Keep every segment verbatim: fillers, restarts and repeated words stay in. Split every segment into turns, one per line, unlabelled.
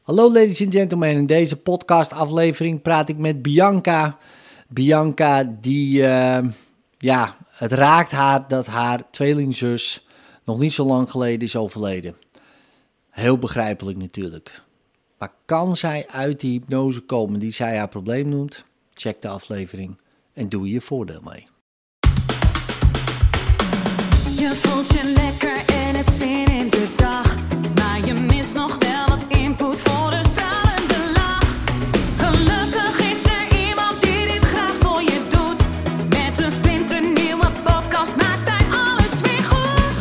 Hallo ladies and gentlemen, in deze podcastaflevering praat ik met Bianca. Bianca, die, uh, ja, het raakt haar dat haar tweelingzus nog niet zo lang geleden is overleden. Heel begrijpelijk natuurlijk. Maar kan zij uit die hypnose komen die zij haar probleem noemt? Check de aflevering en doe je voordeel mee.
Je voelt je lekker en het zin in de dag, maar je mist nog wel wat input voor een stralende lach. Gelukkig is er iemand die dit graag voor je doet. Met een splinternieuwe podcast maakt hij alles weer goed.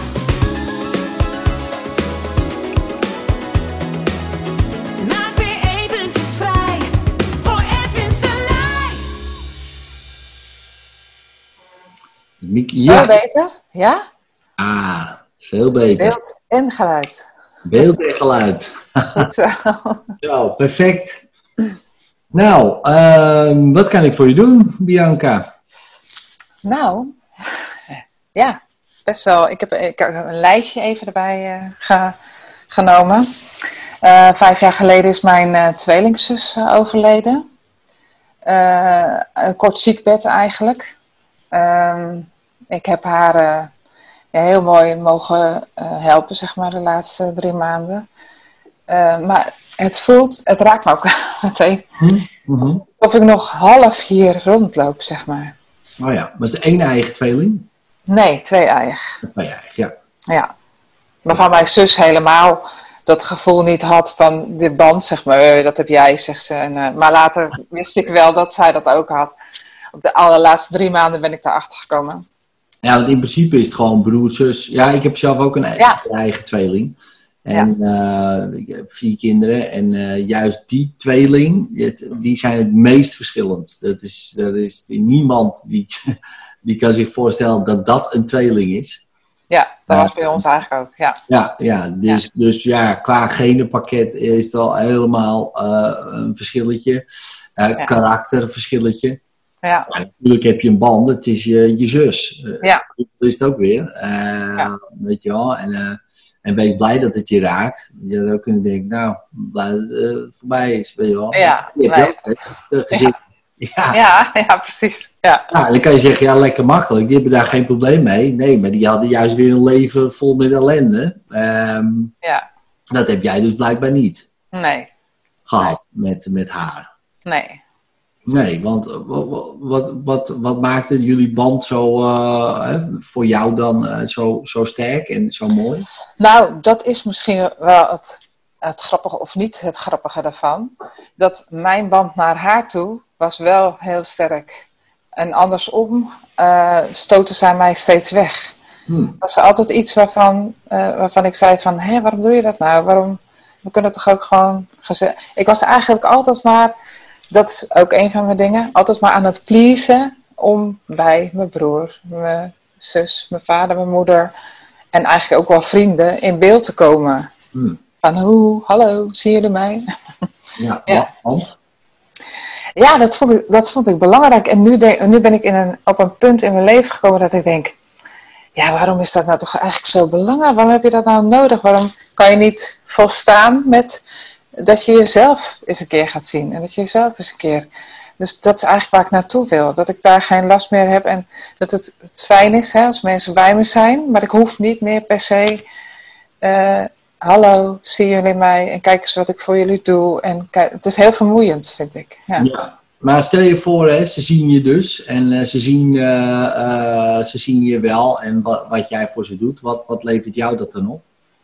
Maak weer eventjes vrij voor Edwin Selei.
Ja.
Zo beter? Ja?
Ah, veel beter.
Beeld en geluid.
Beeld en geluid.
Goed zo.
Zo, perfect. Nou, uh, wat kan ik voor je doen, Bianca?
Nou, ja, best wel. Ik heb, ik heb een lijstje even erbij uh, ge, genomen. Uh, vijf jaar geleden is mijn uh, tweelingzus uh, overleden. Uh, een kort ziekbed eigenlijk. Um, ik heb haar uh, ja, heel mooi mogen uh, helpen, zeg maar, de laatste drie maanden. Uh, maar het voelt, het raakt me ook meteen.
Mm-hmm.
Of ik nog half hier rondloop, zeg maar.
Oh ja, was het één eigen tweeling?
Nee, twee eigen.
Twee eigen, ja.
Ja. Waarvan mijn zus helemaal dat gevoel niet had van de band, zeg maar. Uh, dat heb jij, zegt ze. En, uh, maar later wist ik wel dat zij dat ook had. Op de allerlaatste drie maanden ben ik daarachter gekomen.
Ja, want in principe is het gewoon broer, zus. Ja, ik heb zelf ook een eigen,
Ja.
eigen tweeling. En
Ja.
uh, ik heb vier kinderen. En uh, juist die tweeling, het, die zijn het meest verschillend. Dat is, dat is niemand die, die kan zich voorstellen dat dat een tweeling is.
Ja, dat
Ja.
was bij ons eigenlijk ook. Ja,
Ja, ja, dus, ja. dus ja, qua genenpakket is het al helemaal uh, een verschilletje. Uh,
Ja.
Karakterverschilletje.
ja.
Maar natuurlijk heb je een band, het is je, je zus. Uh,
Ja.
Dat is het ook weer. Uh,
Ja.
Weet je wel. En, uh, en wees blij dat het je raakt. Je zou ook kunnen denken, nou, blij dat het uh, voorbij is. Weet je wel.
Ja,
Je hebt
nee.
ook, hè, uh, gezin. Ja. Ja.
Ja, ja, precies. Ja.
Ja, dan kan je zeggen, ja, lekker makkelijk. Die hebben daar geen probleem mee. Nee, maar die hadden juist weer een leven vol met ellende. Um,
Ja.
Dat heb jij dus blijkbaar niet
Nee,
gehad met, met haar.
nee.
Nee, want wat, wat, wat, wat maakte jullie band zo, uh, hè, voor jou dan uh, zo, zo sterk en zo mooi?
Nou, dat is misschien wel het, het grappige, of niet het grappige daarvan. Dat mijn band naar haar toe was wel heel sterk. En andersom uh, stoten zij mij steeds weg.
Hmm.
Was er altijd iets waarvan, uh, waarvan ik zei van, hé, waarom doe je dat nou? Waarom, we kunnen toch ook gewoon... Geze- ik was eigenlijk altijd maar, dat is ook een van mijn dingen, altijd maar aan het pleasen om bij mijn broer, mijn zus, mijn vader, mijn moeder en eigenlijk ook wel vrienden in beeld te komen.
Hmm.
Van, hoe, hallo, zien jullie mij?
Ja,
Ja.
want?
Ja, dat vond ik, dat vond ik belangrijk. En nu, denk, nu ben ik in een, op een punt in mijn leven gekomen dat ik denk, ja, waarom is dat nou toch eigenlijk zo belangrijk? Waarom heb je dat nou nodig? Waarom kan je niet volstaan met dat je jezelf eens een keer gaat zien? En dat je jezelf eens een keer... Dus dat is eigenlijk waar ik naartoe wil. Dat ik daar geen last meer heb. En dat het, het fijn is, hè, als mensen bij me zijn. Maar ik hoef niet meer per se... Uh, hallo, zien jullie mij? En kijk eens wat ik voor jullie doe. En kijk, het is heel vermoeiend, vind ik. Ja.
Ja. Maar stel je voor, hè, ze zien je dus en uh, ze, zien, uh, uh, ze zien je wel en wat, wat jij voor ze doet. Wat, wat levert jou dat dan op?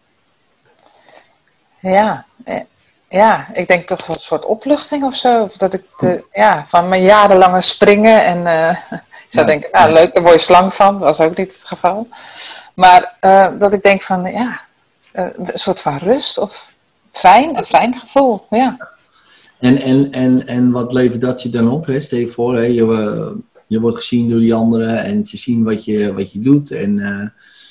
Ja, eh, ja, ik denk toch een soort opluchting of zo. Of dat ik de, ja, van mijn jarenlange springen en uh, ik zou
Ja.
denken, nou leuk, daar word je slang van. Dat was ook niet het geval. Maar uh, dat ik denk van, ja, uh, een soort van rust of fijn, een fijn gevoel, ja.
En, en, en, en wat levert dat je dan op? Hè? Stel je voor, hè, je, uh, je wordt gezien door die anderen en ze zien wat je, wat je doet. En, uh,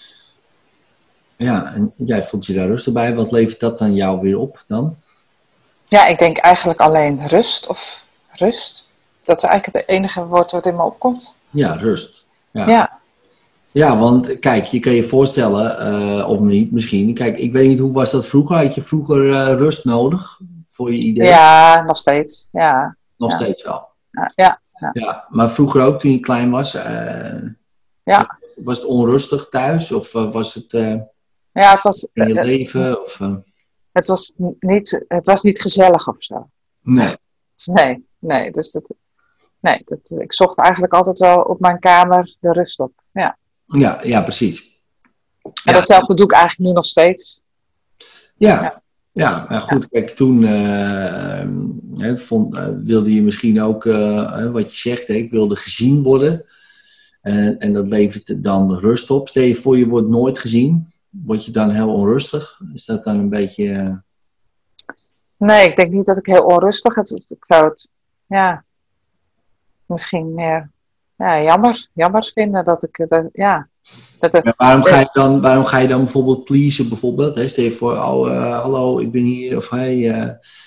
ja, en jij voelt je daar rustig bij. Wat levert dat dan jou weer op dan?
Ja, ik denk eigenlijk alleen rust of rust. Dat is eigenlijk het enige woord wat in me opkomt.
Ja, rust. Ja.
Ja.
Ja, want kijk, je kan je voorstellen, uh, of niet misschien. Kijk, ik weet niet, hoe was dat vroeger? Had je vroeger uh, rust nodig voor je idee?
Ja, nog steeds. Ja.
Nog
ja.
steeds wel.
Ja, ja, ja.
Ja, maar vroeger ook, toen je klein was, uh,
ja.
was het onrustig thuis? Of uh, was het uh,
ja, het was,
in je
uh,
leven? Of, uh...
het, was niet, het was niet gezellig of zo.
Nee.
Nee, nee. Dus dat, nee dat, ik zocht eigenlijk altijd wel op mijn kamer de rust op. Ja,
ja, ja precies.
En
ja.
datzelfde doe ik eigenlijk nu nog steeds.
Ja, ja. Ja, maar goed, kijk, toen uh, uh, vond, uh, wilde je misschien ook, uh, wat je zegt, hè, ik wilde gezien worden. Uh, en dat levert dan rust op. Stel je voor, je wordt nooit gezien. Word je dan heel onrustig? Is dat dan een beetje... Uh...
Nee, ik denk niet dat ik heel onrustig het. Ik zou het, ja, misschien meer ja, jammer, jammer vinden dat ik, dat, ja... Dat het,
ja, waarom, ga je dan, waarom ga je dan bijvoorbeeld pleasen, bijvoorbeeld? Hè? Stel je voor, oh, uh, hallo, ik ben hier, of hey... Uh...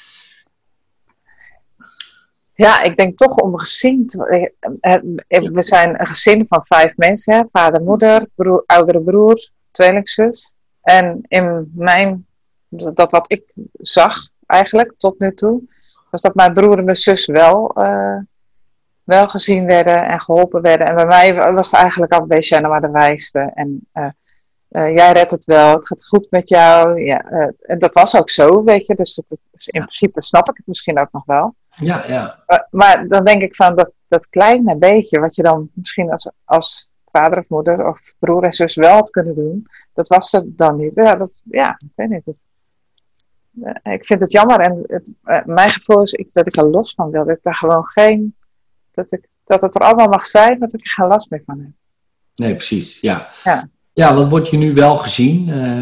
Ja, ik denk toch om gezien te... We zijn een gezin van vijf mensen, hè? Vader, moeder, broer, oudere broer, tweelingzus. En in mijn... Dat wat ik zag, eigenlijk, tot nu toe... was dat mijn broer en mijn zus wel... Uh, wel gezien werden en geholpen werden. En bij mij was het eigenlijk al een beetje nou maar de wijste. En uh, uh, jij redt het wel, het gaat goed met jou. Ja, uh, en dat was ook zo, weet je. Dus dat, dat, in principe snap ik het misschien ook nog wel.
Ja, ja.
Uh, maar dan denk ik van dat, dat kleine beetje, wat je dan misschien als, als vader of moeder of broer en zus wel had kunnen doen, dat was het dan niet. Ja, dat, ja ik weet niet. Het, uh, ik vind het jammer. En het, uh, mijn gevoel is ik, dat ik er los van wil. Dat ik daar gewoon geen... Dat, ik, dat het er allemaal mag zijn, dat ik er geen last meer van heb.
Nee, precies. Ja,
ja.
ja wat word je nu wel gezien? Uh...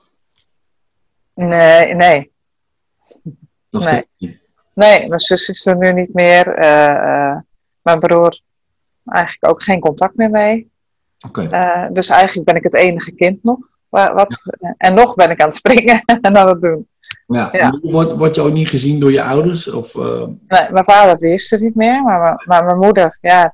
Nee, nee.
Nog
nee.
steeds?
Nee, mijn zus is er nu niet meer. Uh, uh, mijn broer eigenlijk ook geen contact meer mee.
Oké.
Okay. Uh, dus eigenlijk ben ik het enige kind nog. Wat, ja. En nog ben ik aan het springen en aan het doen.
Ja. Ja. Word, word je ook niet gezien door je ouders? Of, uh...
Nee, mijn vader die is er niet meer, maar, maar, maar mijn moeder, ja.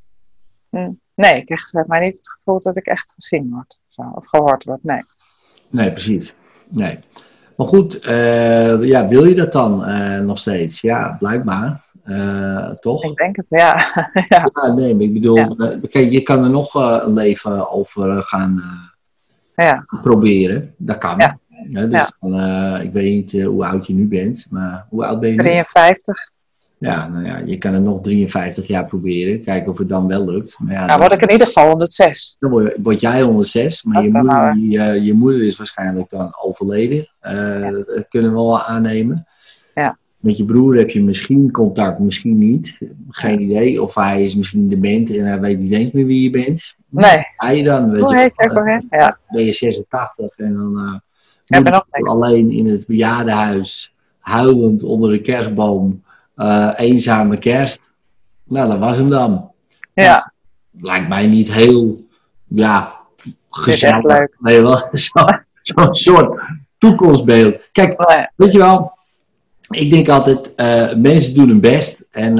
Nee, ik krijg zeg maar niet het gevoel dat ik echt gezien word. Zo, of gehoord word, nee.
Nee, precies. Nee. Maar goed, uh, ja, wil je dat dan uh, nog steeds? Ja, blijkbaar. Uh, toch?
Ik denk het, ja. ja.
ja nee, maar ik bedoel, ja. uh, kijk, je kan er nog uh, een leven over gaan uh,
ja.
proberen. Dat kan.
Ja.
Ja, dus ja. Dan, uh, ik weet niet uh, hoe oud je nu bent, maar hoe oud ben je nu?
drieënvijftig.
Ja, nou ja, je kan het nog drieënvijftig jaar proberen. Kijken of het dan wel lukt. Maar ja,
nou,
dan
word ik in ieder geval honderdzes.
Dan word, word jij honderdzes, maar je moeder, die, uh, je moeder is waarschijnlijk dan overleden. Uh, ja. Dat kunnen we wel aannemen.
Ja.
Met je broer heb je misschien contact, misschien niet. Geen ja. idee. Of hij is misschien dement en hij weet niet eens meer wie je bent.
Nee.
Hij dan, weet
Hoe
je,
heet hij ook weer? Ja.
Ben je zesentachtig en dan uh,
ja, ben ook
alleen in het bejaardenhuis, huilend onder de kerstboom. Uh, eenzame kerst. Nou, dat was hem dan.
Ja.
Nou, lijkt mij niet heel, ja, gezellig.
Leuk.
Nee, wel zo'n zo soort toekomstbeeld. Kijk, nee. Weet je wel, ik denk altijd, uh, mensen doen hun best. En, uh,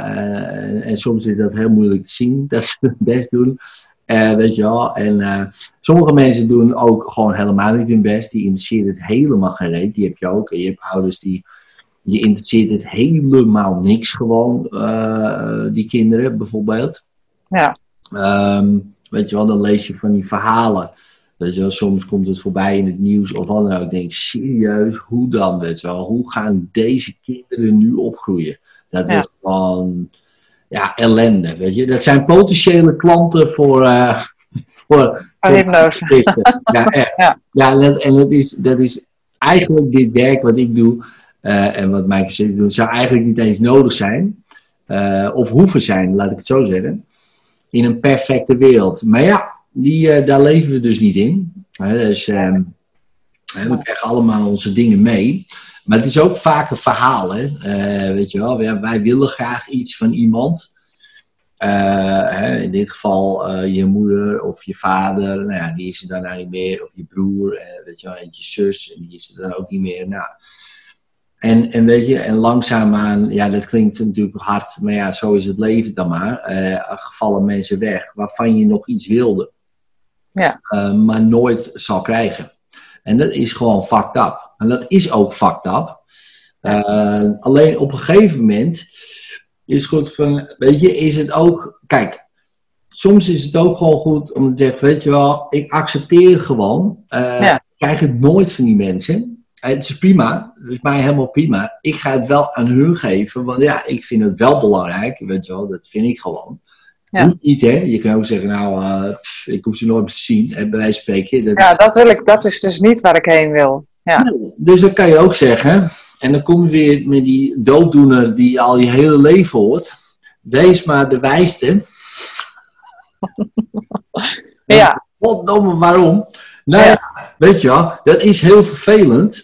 uh, en soms is dat heel moeilijk te zien, dat ze hun best doen. Uh, weet je wel. En uh, sommige mensen doen ook gewoon helemaal niet hun best. Die interesseren het helemaal geen reet. Die heb je ook. En je hebt ouders die... Je interesseert het helemaal niks gewoon, uh, die kinderen bijvoorbeeld.
Ja.
Um, weet je wel, dan lees je van die verhalen. Weet je wel, soms komt het voorbij in het nieuws of wat dan ook. Ik denk, serieus, hoe dan? Weet je wel, hoe gaan deze kinderen nu opgroeien? Dat ja. is gewoon, ja, ellende, weet je. Dat zijn potentiële klanten voor... Uh, voor,
voor hypnose.
Ja, echt. Ja, ja en, dat, en dat, is, dat is eigenlijk dit werk wat ik doe... Uh, en wat Microsoft doet, zou eigenlijk niet eens nodig zijn. Uh, of hoeven zijn, laat ik het zo zeggen. In een perfecte wereld. Maar ja, die, uh, daar leven we dus niet in. Uh, dus um, we krijgen allemaal onze dingen mee. Maar het is ook vaak een verhaal. Hè? Uh, weet je wel, wij, wij willen graag iets van iemand. Uh, hè, in dit geval uh, je moeder of je vader. Nou ja, die is er dan nou niet meer. Of je broer, uh, weet je wel, en je zus. En die is er dan ook niet meer. Nou... En, en weet je, en langzaamaan, ja, dat klinkt natuurlijk hard, maar ja, zo is het leven dan maar. Uh, gevallen mensen weg, waarvan je nog iets wilde.
Ja.
uh, maar nooit zal krijgen. En dat is gewoon fucked up. En dat is ook fucked up. Uh, alleen op een gegeven moment is goed van, weet je, is het ook, kijk, soms is het ook gewoon goed om te zeggen, weet je wel, ik accepteer het gewoon. Uh,
Ja.
Ik krijg het nooit van die mensen. Het is prima, het is mij helemaal prima. Ik ga het wel aan hun geven, want ja, ik vind het wel belangrijk, weet je wel, dat vind ik gewoon.
Ja.
Hoeft niet, hè. Je kan ook zeggen, nou, uh, pff, ik hoef ze nooit te zien, hè, bij wijze van spreken. Dat...
Ja, dat wil ik. Dat is dus niet waar ik heen wil. Ja.
Dus dan kan je ook zeggen, en dan kom je weer met die dooddoener die je al je hele leven hoort. Wees maar de wijste.
Ja.
Goddomme, waarom? Nou ja,
Ja.
weet je wel, dat is heel vervelend.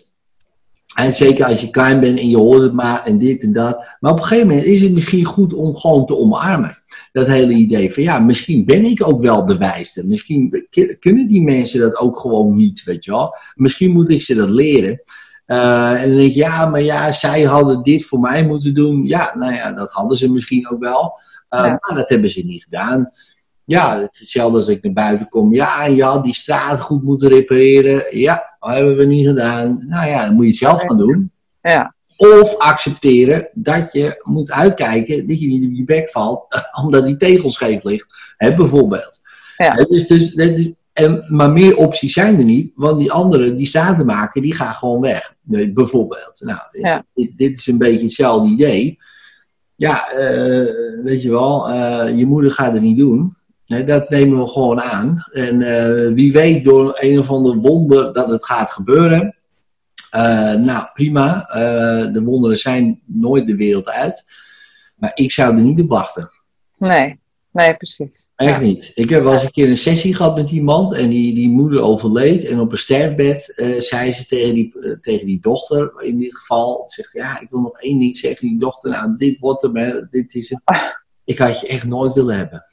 En zeker als je klein bent en je hoort het maar en dit en dat. Maar op een gegeven moment is het misschien goed om gewoon te omarmen. Dat hele idee van ja, misschien ben ik ook wel de wijste. Misschien kunnen die mensen dat ook gewoon niet, weet je wel. Misschien moet ik ze dat leren. Uh, en dan denk je, ja, maar ja, zij hadden dit voor mij moeten doen. Ja, nou ja, dat hadden ze misschien ook wel. Uh,
Ja.
Maar dat hebben ze niet gedaan. Ja, het is hetzelfde als ik naar buiten kom. Ja, je had die straat goed moeten repareren. Ja, dat hebben we niet gedaan. Nou ja, dan moet je het zelf gaan doen.
Ja.
Of accepteren dat je moet uitkijken dat je niet op je bek valt, omdat die tegel scheef ligt. Hè, bijvoorbeeld.
Ja.
Hè, dus, dus, dat is, en, maar meer opties zijn er niet, want die anderen die straten maken, die gaan gewoon weg. Nee, bijvoorbeeld. Nou,
Ja.
dit, dit is een beetje hetzelfde idee. Ja, uh, weet je wel, uh, je moeder gaat het niet doen. Nee, dat nemen we gewoon aan. En uh, wie weet door een of ander wonder dat het gaat gebeuren. Uh, nou, prima. Uh, de wonderen zijn nooit de wereld uit. Maar ik zou er niet op wachten.
Nee. Nee, precies.
Echt
Ja.
niet. Ik heb wel eens een keer een sessie gehad met iemand. En die, die moeder overleed. En op een sterfbed uh, zei ze tegen die, uh, tegen die dochter. In dit geval. Zegt, ja, ik wil nog één ding zeggen. Die dochter, nou, dit wordt hem. Hè, dit is het. Ik had je echt nooit willen hebben.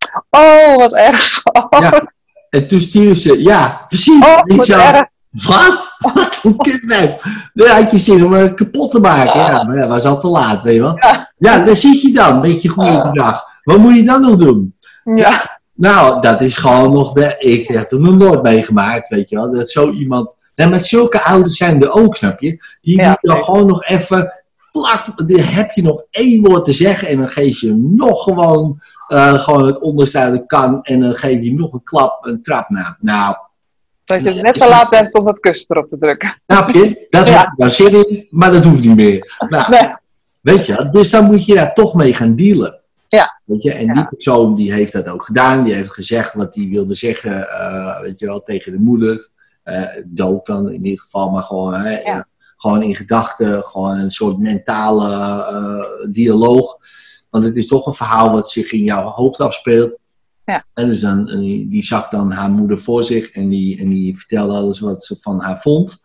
Oh, wat erg. Oh,
Ja. En toen stierf ze. Ja, precies.
oh
Ik
wat
zo,
erg.
wat? Wat een kutwijf. Dan had je zin om haar kapot te maken. Ja, maar dat was al te laat, weet je wel.
Ja.
Ja, daar zit je dan. Met je goede gedrag. Wat moet je dan nog doen?
Ja.
Nou, dat is gewoon nog de... Ik heb het nog nooit meegemaakt, weet je wel. Dat zo iemand... Nee, maar zulke ouders zijn er ook, snap je? Die
Ja.
die dan gewoon nog even... Plak, dan heb je nog één woord te zeggen en dan geef je nog gewoon, uh, gewoon het onderste uit de kan en dan geef je nog een klap, een trap na. Nou,
Dat je
Nee,
net
is
te
niet-
laat bent om dat kussen erop te drukken.
snap je? Dat
Ja.
heb ik wel zin in, maar dat hoeft niet meer. Nou,
Nee.
weet je, dus dan moet je daar toch mee gaan dealen.
Ja.
Weet je, en
Ja.
die persoon die heeft dat ook gedaan, die heeft gezegd wat hij wilde zeggen, uh, weet je wel, tegen de moeder. Uh, dood dan in dit geval, maar gewoon, hè,
Ja.
uh, gewoon in gedachten, gewoon een soort mentale uh, dialoog. Want het is toch een verhaal wat zich in jouw hoofd afspeelt.
Ja.
En dus dan, die, die zag dan haar moeder voor zich en die, en die vertelde alles wat ze van haar vond.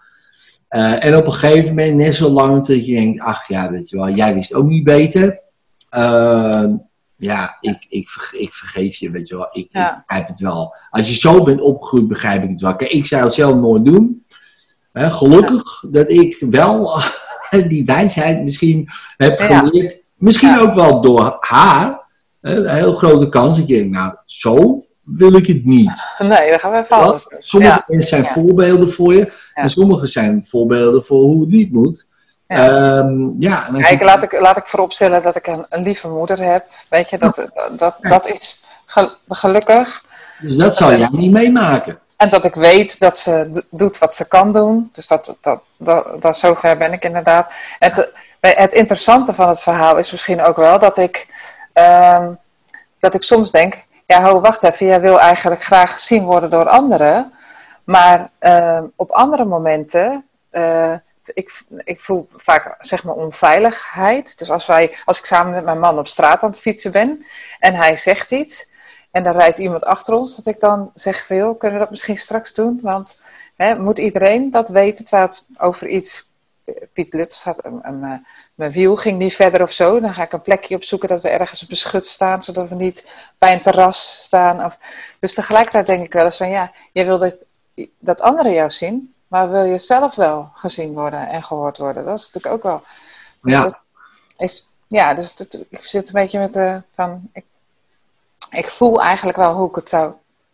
Uh, en op een gegeven moment, net zo lang dat je denkt, ach ja, weet je wel, jij wist ook niet beter. Uh, ja, ik, ik, ik vergeef je, weet je wel, ik,
Ja.
ik begrijp het wel. Als je zo bent opgegroeid, begrijp ik het wel. Kijk, ik zou het zelf nooit doen. Hè, gelukkig dat ik wel die wijsheid misschien heb
Ja.
geleerd. Misschien
Ja.
ook wel door haar. Hè, een heel grote kans. Ik denk, nou, zo wil ik het niet.
Nee, dan gaan we even
Wel,
anders.
sommige
Ja.
mensen zijn
Ja.
voorbeelden voor je.
Ja.
En sommige zijn voorbeelden voor hoe het niet moet.
Ja.
Ehm, ja, en als
Kijk,
je-
laat ik, laat ik vooropstellen dat ik een, een lieve moeder heb. Weet je, dat, dat, dat is gel- gelukkig.
dus dat zou jij niet meemaken.
En dat ik weet dat ze d- doet wat ze kan doen. Dus dat, dat, dat, dat zover ben ik inderdaad. Het, eh, het interessante van het verhaal is misschien ook wel dat ik, ehm, dat ik soms denk... Ja, ho, wacht even. Jij wil eigenlijk graag gezien worden door anderen. Maar ehm, op andere momenten... eh, ik, ik voel vaak zeg maar onveiligheid. Dus als, wij, als ik samen met mijn man op straat aan het fietsen ben... en hij zegt iets... En dan rijdt iemand achter ons, dat ik dan zeg van joh, kunnen we dat misschien straks doen? Want hè, moet iedereen dat weten, terwijl het over iets... Piet Lutz had, um, um, uh, mijn wiel ging niet verder of zo. Dan ga ik een plekje opzoeken dat we ergens beschut staan, zodat we niet bij een terras staan. Of... Dus tegelijkertijd denk ik wel eens van ja, je wil dat, dat anderen jou zien, maar wil je zelf wel gezien worden en gehoord worden? Dat is natuurlijk ook wel...
Ja.
Dat is, ja, dus dat, ik zit een beetje met de van... Ik, Ik voel eigenlijk wel hoe ik het zou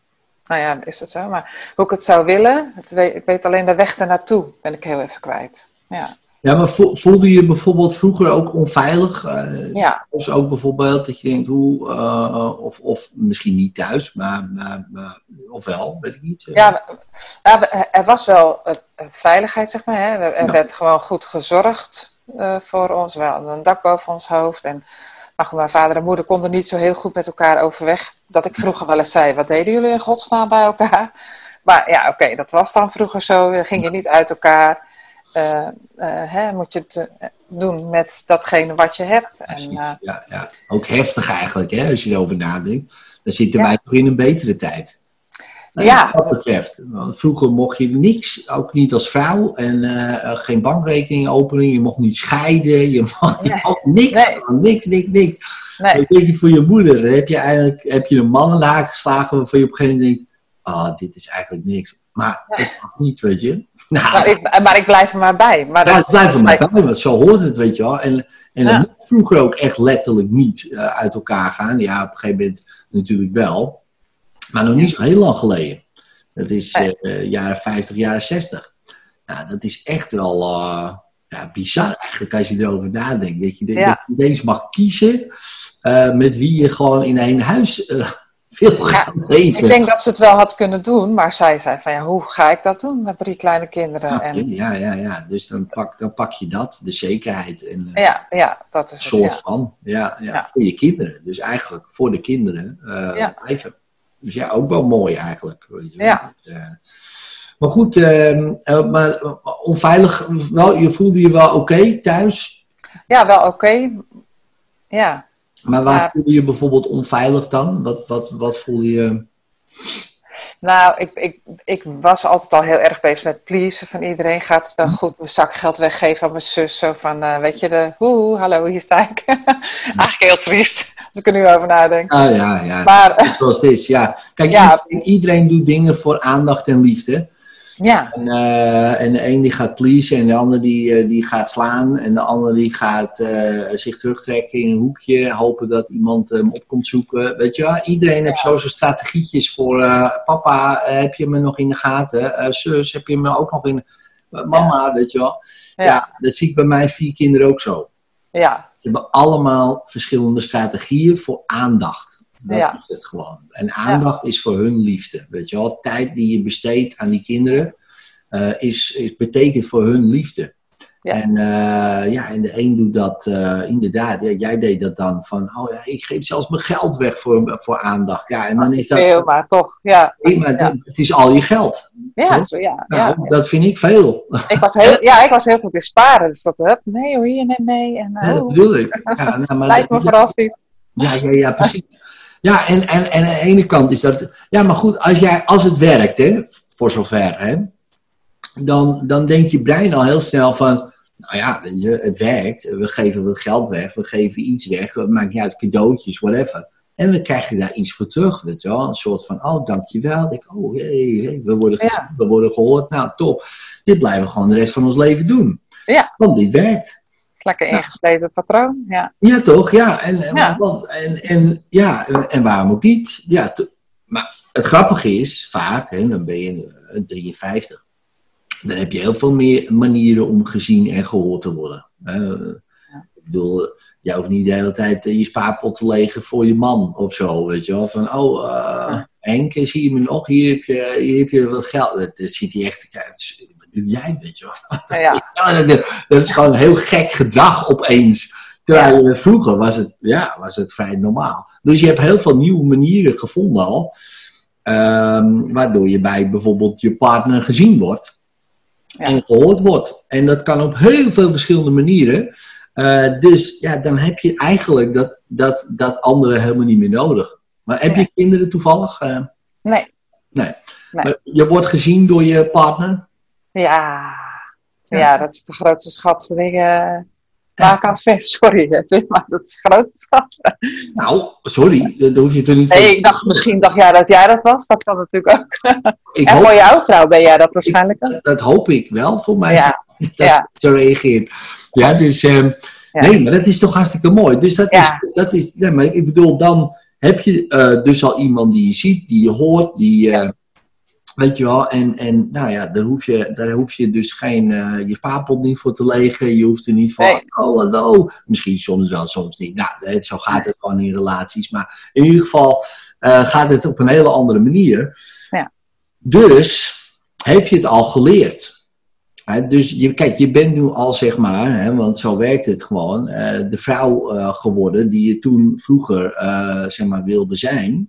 Nou ja, is het zo. Maar hoe ik het zou willen, het weet, ik weet alleen de weg ernaartoe, ben ik heel even kwijt. Ja,
Ja, maar vo- voelde je bijvoorbeeld vroeger ook onveilig? Uh,
ja.
Of ook bijvoorbeeld dat je denkt, hoe, uh, of, of misschien niet thuis, maar, maar, maar of wel, weet ik niet. Uh.
Ja, nou, er was wel uh, veiligheid, zeg maar. Hè. Er, er
Ja.
werd gewoon goed gezorgd uh, voor ons. We hadden een dak boven ons hoofd. En, maar goed, mijn vader en moeder konden niet zo heel goed met elkaar overweg. Dat ik vroeger wel eens zei, wat deden jullie in godsnaam bij elkaar? Maar ja, oké, okay, dat was dan vroeger zo. Dan ging je niet uit elkaar. Uh, uh, hè, moet je het uh, doen met datgene wat je hebt. En, uh,
ja, ja, ook heftig eigenlijk, hè, als je erover nadenkt. Dan zitten
Ja.
wij toch in een betere tijd. Nou,
Ja.
Wat dat betreft. Want vroeger mocht je niks, ook niet als vrouw. En uh, geen bankrekening openen, je mocht niet scheiden, je mocht
Nee.
ook niks,
Nee.
niks, niks, niks.
nee.
Dan denk je voor je moeder, dan heb je eigenlijk heb je een man in de haak geslagen waarvan je op een gegeven moment denkt, ah, dit is eigenlijk niks. Maar ik mag niet, weet je. Nou,
Maar, ik, maar ik blijf er maar bij. Maar
ja,
dat,
het blijft
dat
er
is
maar bij, want zo hoort het, weet je wel. En, en dat
Ja.
mocht vroeger ook echt letterlijk niet uh, uit elkaar gaan. Ja, op een gegeven moment natuurlijk wel. Maar nog niet zo heel lang geleden. Dat is uh, uh, jaren vijftig, jaren zestig. Ja, dat is echt wel uh, ja, bizar eigenlijk als je erover nadenkt. Dat je, de,
Ja.
dat je ineens mag kiezen uh, met wie je gewoon in één huis uh, wil gaan leven.
Ik denk dat ze het wel had kunnen doen, maar zij zei van ja, hoe ga ik dat doen met drie kleine kinderen?
Ja,
En,
ja, ja, ja. Dus dan pak, dan pak je dat, de zekerheid. En, uh,
ja, ja, dat is het.
soort
Ja.
van. Ja, ja,
Ja.
voor je kinderen. Dus eigenlijk voor de kinderen uh,
Ja.
blijven. Dus ja, ook wel mooi eigenlijk. Weet je wel.
Ja.
Uh, maar goed, uh, uh, maar onveilig, wel, je voelde je wel oké okay thuis.
Ja, wel oké. Okay. Ja.
Maar waar
Ja.
voelde je bijvoorbeeld onveilig dan? Wat, wat, wat voelde je?
Nou, ik, ik, ik was altijd al heel erg bezig met pleasen van iedereen. Gaat het wel goed? Mijn zakgeld weggeven aan mijn zus. Zo van, uh, weet je, de hoe, hallo, hier sta ik. Eigenlijk heel triest, als ik er nu over nadenk.
Ah ja, ja.
Maar,
Het is zoals het is, ja. Kijk,
Ja.
Iedereen, iedereen doet dingen voor aandacht en liefde.
Ja,
En, uh, en de een die gaat pleasen en de ander die, uh, die gaat slaan. En de ander die gaat uh, zich terugtrekken in een hoekje. Hopen dat iemand hem op komt zoeken. Weet je wel, iedereen heeft zo zijn strategietjes voor. Uh, papa, uh, heb je me nog in de gaten? Uh, zus, heb je me ook nog in uh, mama, weet je wel. Ja.
Ja.
Dat zie ik bij mijn vier kinderen ook zo.
ja,
Ze hebben allemaal verschillende strategieën voor aandacht. Dat
Ja.
is het gewoon. En aandacht is voor hun liefde. Weet je wel, tijd die je besteedt aan die kinderen uh, is, is, betekent voor hun liefde.
Ja.
En, uh, ja, en de een doet dat uh, inderdaad. Ja, jij deed dat dan van, oh ja, ik geef zelfs mijn geld weg voor, voor aandacht. Ja, en dan is dat.
veel, maar toch. Ja,
Nee, maar
Ja.
het is al je geld.
ja, zo, ja,
Nou,
ja.
dat vind ik veel.
Ik was heel, ja, ik was heel goed in sparen. Dus dat, hup, nee hoor, hier, neem mee. En,
Ja, dat
oh,
bedoel ik. Ja, nou, maar
lijkt me
dat-
vooral zien.
Ja, ja, ja, precies. Ja, en, en, en aan de ene kant is dat... Ja, maar goed, als, jij, als het werkt, hè, voor zover, hè, dan, dan denkt je brein al heel snel van... Nou ja, weet je, het werkt. We geven wat geld weg. We geven iets weg. Het maakt niet uit, cadeautjes, whatever. En we krijgen daar iets voor terug, weet je wel. Een soort van, oh, dankjewel. Ik, oh, hey, hey, we worden gezien,
Ja.
we worden gehoord. Nou, top. Dit blijven we gewoon de rest van ons leven doen.
Ja.
Want dit werkt.
Lekker ingesleten patroon. Ja.
Ja, toch? Ja. En, en,
Ja.
Want, en, en, ja, en waarom ook niet? Ja, to- maar het grappige is, vaak, hè, dan ben je uh, drieënvijftig. Dan heb je heel veel meer manieren om gezien en gehoord te worden. Uh, Ik bedoel, jij hoeft niet de hele tijd uh, je spaarpot te legen voor je man of zo. Weet je wel? Van, oh, uh, Henk, zie je me nog? Hier heb je, hier heb je wat geld. Dat, dat ziet hij echt te kijken. Wat doe jij, weet je wel?
Ja.
Ja, dat, dat is gewoon heel gek gedrag opeens. Terwijl je het vroeger was het, ja, was het vrij normaal. Dus je hebt heel veel nieuwe manieren gevonden al. Um, waardoor je bij bijvoorbeeld je partner gezien wordt.
Ja.
En gehoord wordt. En dat kan op heel veel verschillende manieren. Uh, dus ja, dan heb je eigenlijk dat, dat, dat andere helemaal niet meer nodig. Maar heb
Ja.
je kinderen toevallig? Uh,
Nee.
nee.
Nee.
Maar je wordt gezien door je partner?
Ja.
Ja.
Ja, dat is de grootste schat die ik uh, waar kan vinden. Sorry, Edwin, maar dat is de grootste schat.
Nou, sorry, dat hoef je toch niet...
Nee, ik dacht misschien dacht jij dat jij dat was. Dat kan natuurlijk ook.
ik
En
hoop,
voor jouw vrouw ben jij dat waarschijnlijk ook.
dat, dat hoop ik wel voor mij.
Ja.
Dat
Ja.
ze zo reageert. Ja, dus... Um,
Ja.
Nee, maar dat is toch hartstikke mooi. Dus dat
Ja.
is... Dat is nee, maar ik bedoel, dan heb je uh, dus al iemand die je ziet, die je hoort, die, uh, Weet je wel, en, en nou ja, daar hoef je, daar hoef je dus geen, uh, je spaarpot niet voor te legen. Je hoeft er niet van,
Nee.
oh hallo. Misschien soms wel, soms niet. Nou, het, zo gaat het gewoon in relaties. Maar in ieder geval uh, gaat het op een hele andere manier.
Ja.
Dus heb je het al geleerd. He, dus je, kijk, je bent nu al, zeg maar, hè, want zo werkt het gewoon, uh, de vrouw uh, geworden die je toen vroeger, uh, zeg maar, wilde zijn.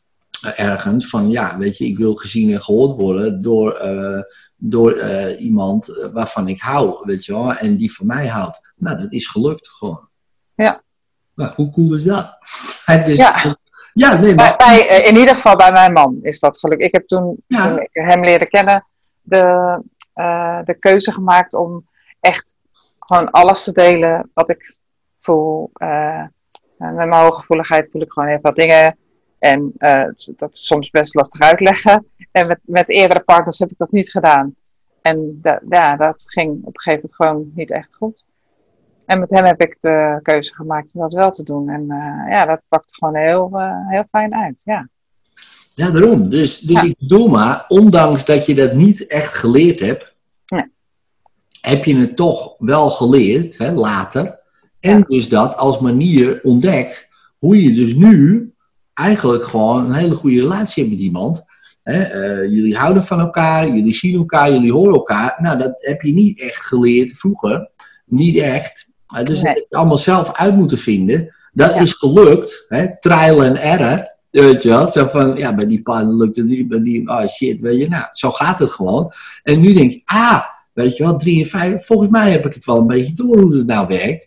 Ergens van, ja, weet je, ik wil gezien en gehoord worden door, uh, door uh, iemand waarvan ik hou, weet je wel, en die van mij houdt. Nou, dat is gelukt gewoon.
Ja.
Nou, hoe cool is dat? dus,
Ja.
ja, nee, maar...
Bij, bij, in ieder geval bij mijn man is dat gelukt. Ik heb toen,
Ja.
toen ik hem leerde kennen, de, uh, de keuze gemaakt om echt gewoon alles te delen wat ik voel. Uh, met mijn hooggevoeligheid voel ik gewoon heel veel dingen. En uh, dat is soms best lastig uitleggen. En met, met eerdere partners heb ik dat niet gedaan. En da, ja, dat ging op een gegeven moment gewoon niet echt goed. En met hem heb ik de keuze gemaakt om dat wel te doen. En uh, ja, dat pakt gewoon heel, uh, heel fijn uit. Ja,
ja daarom. Dus, dus
ja.
ik bedoel maar, ondanks dat je dat niet echt geleerd hebt,
nee.
heb je het toch wel geleerd, hè, later. En
Ja.
dus dat als manier ontdekt hoe je dus nu eigenlijk gewoon een hele goede relatie hebt met iemand. Hè, uh, jullie houden van elkaar, jullie zien elkaar, jullie horen elkaar. Nou, dat heb je niet echt geleerd vroeger. Niet echt. Uh, dus
Nee.
dat heb je allemaal zelf uit moeten vinden. Dat
Ja.
is gelukt. Hè, trial and error. Weet je wel? Zo van, ja, bij die partner lukt het niet. Bij die, oh shit, weet je. Nou, zo gaat het gewoon. En nu denk ik, ah, weet je wel, drieënvijftig. Volgens mij heb ik het wel een beetje door hoe het nou werkt.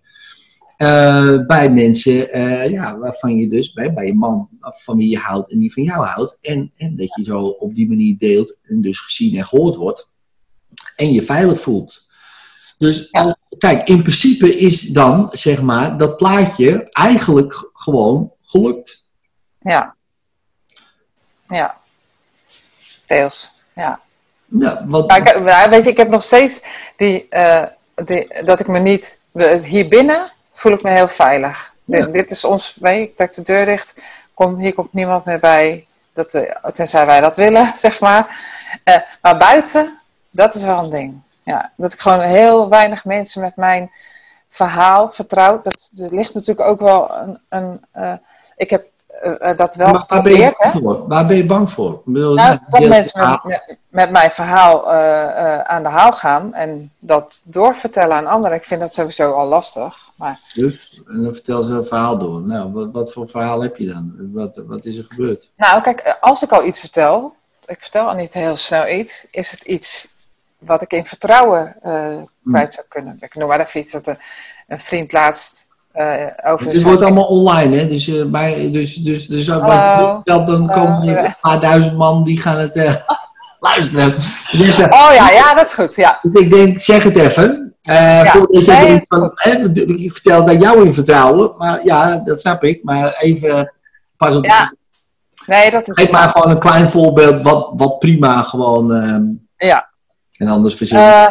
Uh, bij mensen uh, ja, waarvan je dus, bij, bij je man van wie je houdt en die van jou houdt. En, en dat je zo op die manier deelt en dus gezien en gehoord wordt. En je veilig voelt. Dus
Ja.
als, kijk, in principe is dan, zeg maar, dat plaatje eigenlijk gewoon gelukt.
Ja. Ja. Deels. Ja.
Ja, wat,
Maar ik, maar weet je, ik heb nog steeds die, uh, die, dat ik me niet, hier binnen voel ik me heel veilig.
Ja.
Dit, dit is ons, weet je, ik trek de deur dicht, kom, hier komt niemand meer bij, dat, uh, tenzij wij dat willen, zeg maar. Uh, maar buiten, dat is wel een ding. Ja, dat ik gewoon heel weinig mensen met mijn verhaal vertrouw. Dat, dat ligt natuurlijk ook wel een, een uh, ik heb uh, dat wel
maar waar ben je
geprobeerd,
bang
hè.
voor? Waar ben je bang voor? Ik bedoel,
Nou,
ja,
dat
deel-
mensen
ah,
met, met, met mijn verhaal uh, uh, aan de haal gaan en dat doorvertellen aan anderen. Ik vind dat sowieso al lastig. Maar
Dus, en dan vertel ze een verhaal door. Nou, wat, wat voor verhaal heb je dan? Wat, wat is er gebeurd?
nou, kijk, als ik al iets vertel, ik vertel al niet heel snel iets, is het iets wat ik in vertrouwen uh, kwijt zou kunnen. Ik noem maar even iets dat een, een vriend laatst uh, over...
Dit
zijn-
wordt allemaal online, hè? Dus, uh, bij, dus, dus, dus als
Hallo.
je vertelt, dan
Hallo.
komen er een paar duizend man die gaan het uh, luisteren. Dus ik, zeg,
Oh ja, ja, dat is goed, ja.
ik denk, zeg het even. Uh,
Ja,
voordat je
nee,
denkt van,
goed.
hè, ik vertel daar jou in vertrouwen. Maar ja, dat snap ik. Maar even pas op.
Ja. Nee, dat is...
Geef maar gewoon een klein voorbeeld wat, wat prima gewoon... ehm,
Ja.
en anders verzin ik.
Uh,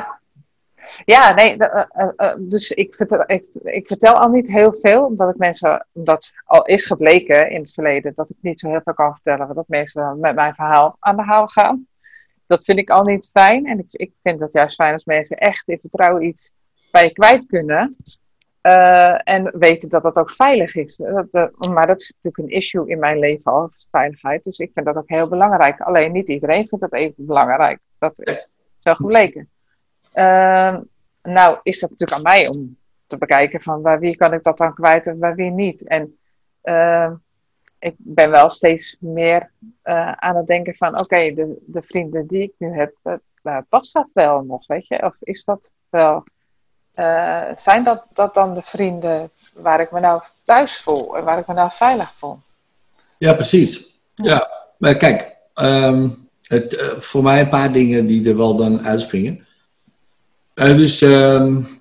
ja, nee, uh, uh, uh, dus ik vertel, ik, ik vertel al niet heel veel, omdat ik mensen, omdat al is gebleken in het verleden dat ik niet zo heel veel kan vertellen, dat mensen met mijn verhaal aan de haal gaan. Dat vind ik al niet fijn en ik, ik vind dat juist fijn als mensen echt in vertrouwen iets bij je kwijt kunnen uh, en weten dat dat ook veilig is. Dat, uh, maar dat is natuurlijk een issue in mijn leven al, veiligheid, dus ik vind dat ook heel belangrijk. Alleen niet iedereen vindt dat even belangrijk, dat is zo gebleken. Uh, nou is dat natuurlijk aan mij om te bekijken van bij wie kan ik dat dan kwijt en bij wie niet. En uh, ik ben wel steeds meer uh, aan het denken van oké, okay, de, de vrienden die ik nu heb, uh, past dat wel nog, weet je? Of is dat wel, uh, zijn dat, dat dan de vrienden waar ik me nou thuis voel en waar ik me nou veilig voel?
Ja, precies. Ja, maar kijk, um, het, uh, voor mij een paar dingen die er wel dan uitspringen. Uh, dus, um,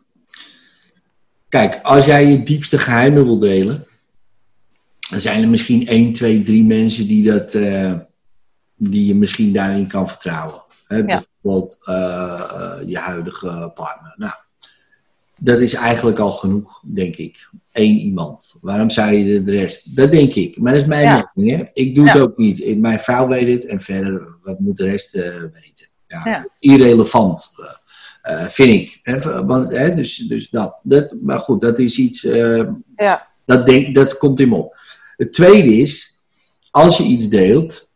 kijk, als jij je diepste geheimen wil delen, dan zijn er misschien één, twee, drie mensen die, dat, uh, die je misschien daarin kan vertrouwen. Hè?
Ja.
Bijvoorbeeld uh, uh, je huidige partner. Nou, dat is eigenlijk al genoeg, denk ik. Eén iemand. Waarom zou je de, de rest? Dat denk ik. Maar dat is mijn
Ja.
mening. Hè? Ik doe het
Ja.
ook niet. Ik- Mijn vrouw weet het en verder, wat moet de rest uh, weten? Ja,
Ja.
Irrelevant, uh, uh, vind ik. Hè? Want, hè? Dus, dus dat. dat. Maar goed, dat is iets... Uh,
Ja.
dat, denk, dat komt in me op. Het tweede is, als je iets deelt...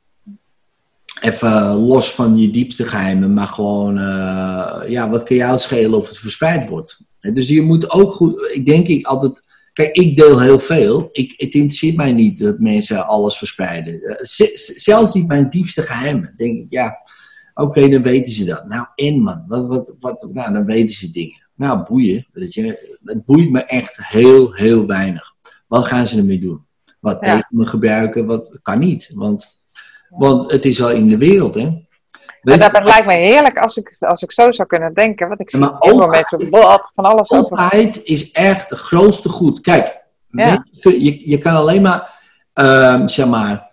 Even los van je diepste geheimen, maar gewoon... Uh, ja, wat kan jou schelen of het verspreid wordt? Dus je moet ook goed... Ik denk ik altijd... Kijk, ik deel heel veel. Ik, het interesseert mij niet dat mensen alles verspreiden. Uh, z- zelfs niet mijn diepste geheimen. Denk ik, ja... Oké, okay, dan weten ze dat. Nou, en man, wat, wat, wat, nou, dan weten ze dingen. Nou, boeien. Weet je, het boeit me echt heel, heel weinig. Wat gaan ze ermee doen? Wat
Ja.
tekenen gebruiken? Wat kan niet? Want, want het is al in de wereld, hè?
Maar
Weet
dat lijkt me heerlijk als ik, als ik zo zou kunnen denken. Want ik zie
maar
heel veel
openheid-
mensen blab, van alles over.
Openheid is echt het grootste goed. Kijk,
Ja.
mensen, je, je kan alleen maar, uh, zeg maar,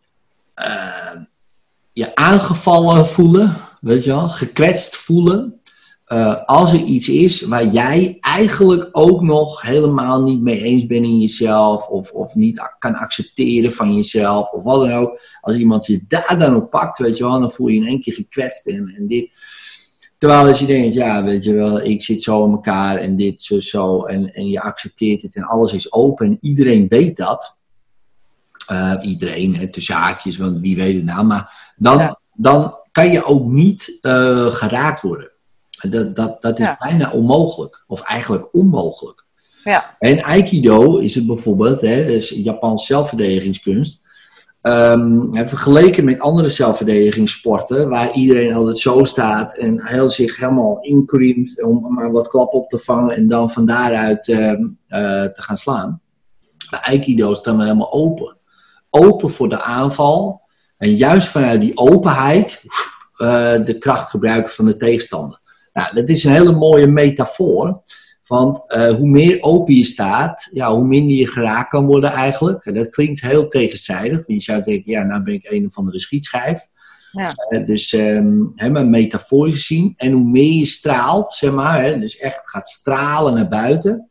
uh, je aangevallen voelen, weet je wel, gekwetst voelen. Uh, als er iets is waar jij eigenlijk ook nog helemaal niet mee eens bent in jezelf, of, of niet kan accepteren van jezelf, of wat dan ook. Als iemand je daar dan op pakt, weet je wel, dan voel je je in één keer gekwetst en, en dit. Terwijl als je denkt, ja, weet je wel, ik zit zo in elkaar en dit, zo, zo, en, en je accepteert het en alles is open en iedereen weet dat. Uh, iedereen, hè, tussen haakjes, want wie weet het nou, maar dan,
Ja.
dan kan je ook niet uh, geraakt worden. Dat, dat, dat is
Ja.
bijna onmogelijk, of eigenlijk onmogelijk.
Ja.
En Aikido is het bijvoorbeeld, hè, dat is Japans zelfverdedigingskunst. Um, vergeleken met andere zelfverdedigingssporten, waar iedereen altijd zo staat en heel zich helemaal inkriemt om maar wat klap op te vangen en dan van daaruit uh, uh, te gaan slaan. Bij Aikido staan we helemaal open. Open voor de aanval en juist vanuit die openheid uh, de kracht gebruiken van de tegenstander. Nou, dat is een hele mooie metafoor. Want uh, hoe meer open je staat, ja, hoe minder je geraakt kan worden eigenlijk. En dat klinkt heel tegenstrijdig. Je zou denken, ja, nou ben ik een of andere schietschijf.
Ja.
Uh, dus um, hè, maar metaforisch zien. En hoe meer je straalt, zeg maar, hè, dus echt gaat stralen naar buiten.